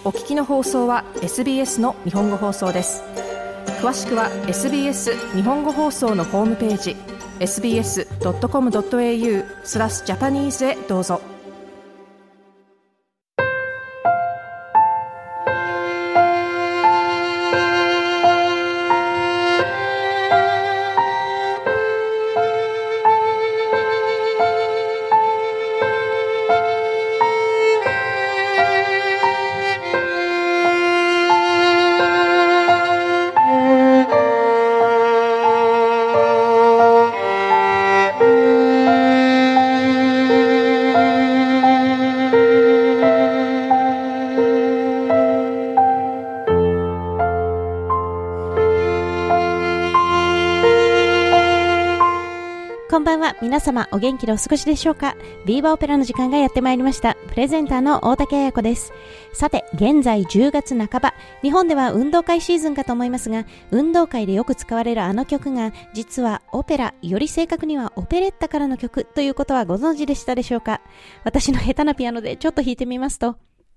お聞きの放送は SBS の日本語放送です。詳しくは SBS 日本語放送のホームページ sbs.com.au/Japanese へどうぞ。 こんばんは。皆様お元気でお過ごしでしょうか。ビーバーオペラの時間がやってまいりました。プレゼンターの大竹彩子です。さて、現在10月半ば、日本では運動会シーズンかと思いますが、運動会でよく使われるあの曲が実はオペラ、より正確にはオペレッタからの曲ということはご存知でしたでしょうか。私の下手なピアノでちょっと弾いてみますと、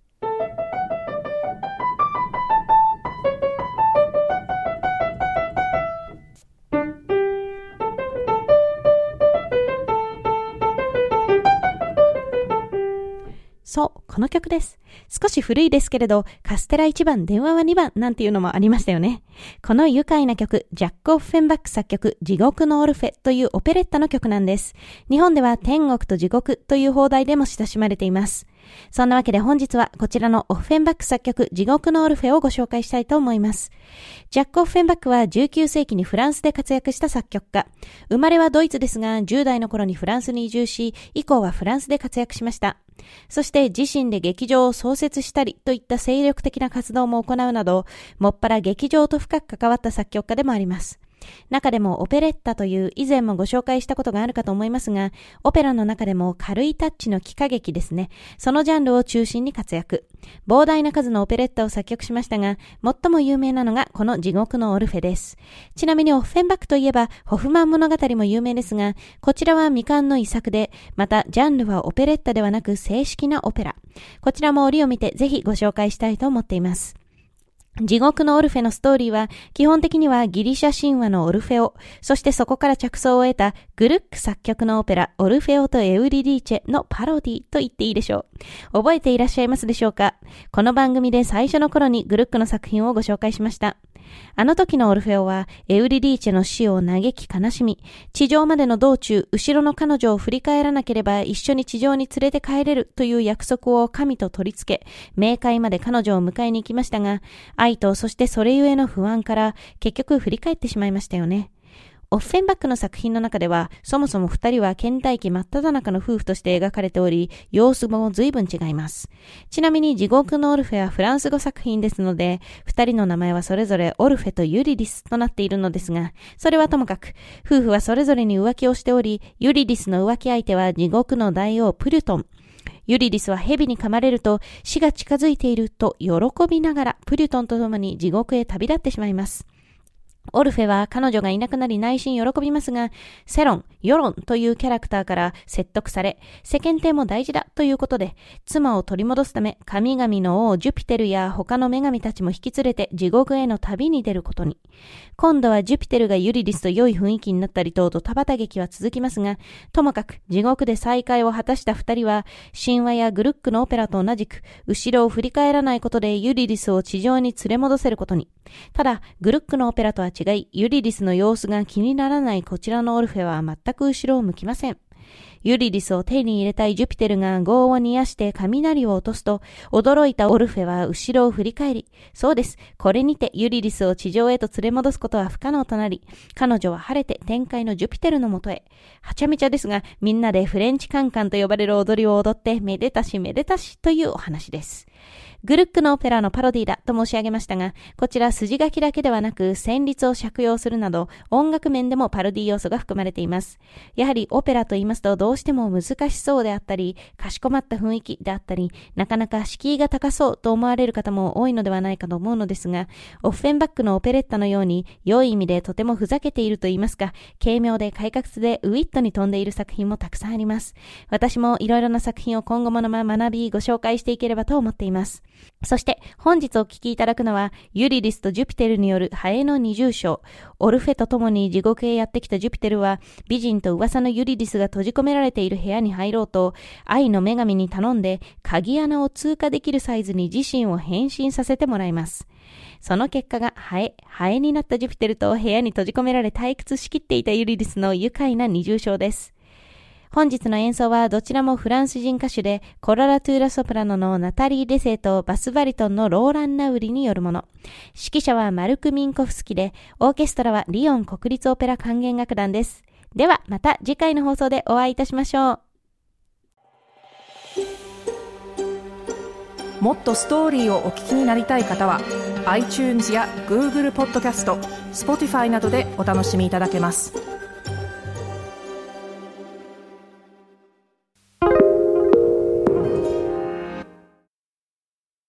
そう、この曲です。少し古いですけれど、カステラ1番、電話は2番なんていうのもありましたよね。この愉快な曲、ジャック・オフェンバック作曲、地獄のオルフェというオペレッタの曲なんです。日本では天国と地獄という放題でも親しまれています。そんなわけで本日はこちらのオフェンバック作曲、地獄のオルフェをご紹介したいと思います。ジャック・オフェンバックは19世紀にフランスで活躍した作曲家。生まれはドイツですが、10代の頃にフランスに移住し、以降はフランスで活躍しました。そして自身で劇場を創設したりといった精力的な活動も行うなど、もっぱら劇場と深く関わった作曲家でもあります。中でもオペレッタという以前もご紹介したことがあるかと思いますが、オペラの中でも軽いタッチの喜歌劇ですね。そのジャンルを中心に活躍。膨大な数のオペレッタを作曲しましたが、最も有名なのがこの地獄のオルフェです。ちなみにオフェンバックといえばホフマン物語も有名ですが、こちらは未完の遺作で、またジャンルはオペレッタではなく正式なオペラ。こちらも折を見てぜひご紹介したいと思っています。地獄のオルフェのストーリーは基本的にはギリシャ神話のオルフェオ、そしてそこから着想を得たグルック作曲のオペラオルフェオとエウリディーチェのパロディと言っていいでしょう。覚えていらっしゃいますでしょうか。この番組で最初の頃にグルックの作品をご紹介しました。あの時のオルフェオはエウリディーチェの死を嘆き悲しみ、地上までの道中、後ろの彼女を振り返らなければ一緒に地上に連れて帰れるという約束を神と取り付け、冥界まで彼女を迎えに行きましたが、愛とそしてそれゆえの不安から結局振り返ってしまいましたよね。オフェンバックの作品の中では、そもそも二人は倦怠期真っ只中の夫婦として描かれており、様子も随分違います。ちなみに地獄のオルフェはフランス語作品ですので、二人の名前はそれぞれオルフェとユリディスとなっているのですが、それはともかく、夫婦はそれぞれに浮気をしており、ユリディスの浮気相手は地獄の大王プリュトン。ユリディスは蛇に噛まれると死が近づいていると喜びながらプリュトンと共に地獄へ旅立ってしまいます。オルフェは彼女がいなくなり内心喜びますが、セロン、ヨロンというキャラクターから説得され、世間体も大事だということで、妻を取り戻すため神々の王ジュピテルや他の女神たちも引き連れて地獄への旅に出ることに。今度はジュピテルがユリディスと良い雰囲気になったりとドタバタ劇は続きますが、ともかく地獄で再会を果たした二人は、神話やグルックのオペラと同じく、後ろを振り返らないことでユリディスを地上に連れ戻せることに。ただ、グルックのオペラとは違い、ユリディスの様子が気にならないこちらのオルフェは全く後ろを向きません。ユリディスを手に入れたいジュピテルが業を煮やして雷を落とすと、驚いたオルフェは後ろを振り返り、そうです、これにてユリディスを地上へと連れ戻すことは不可能となり、彼女は晴れて天界のジュピテルのもとへ。はちゃめちゃですが、みんなでフレンチカンカンと呼ばれる踊りを踊って、めでたしめでたしというお話です。グルックのオペラのパロディだと申し上げましたが、こちら筋書きだけではなく旋律を借用するなど音楽面でもパロディ要素が含まれています。やはりオペラと言いますとどうしても難しそうであったり、かしこまった雰囲気であったり、なかなか敷居が高そうと思われる方も多いのではないかと思うのですが、オフェンバックのオペレッタのように良い意味でとてもふざけていると言いますか、軽妙で快活でウィットに富んでいる作品もたくさんあります。私もいろいろな作品を今後も学びご紹介していければと思っています。 そして本日お聞きいただくのはユリディスとジュピテルによるハエの二重唱。オルフェと共に地獄へやってきたジュピテルは美人と噂のユリディスが閉じ込められている部屋に入ろうと愛の女神に頼んで鍵穴を通過できるサイズに自身を変身させてもらいます。その結果がハエになったジュピテルと部屋に閉じ込められ退屈しきっていたユリディスの愉快な二重唱です。本日の演奏はどちらもフランス人歌手でコララトゥーラソプラノのナタリー・レセイとバスバリトンのローラン・ナウリによるもの。指揮者はマルク・ミンコフスキで、オーケストラはリヨン国立オペラ管弦楽団です。ではまた次回の放送でお会いいたしましょう。 もっとストーリーをお聞きになりたい方は iTunes や Google ポッドキャスト、Spotify などでお楽しみいただけます。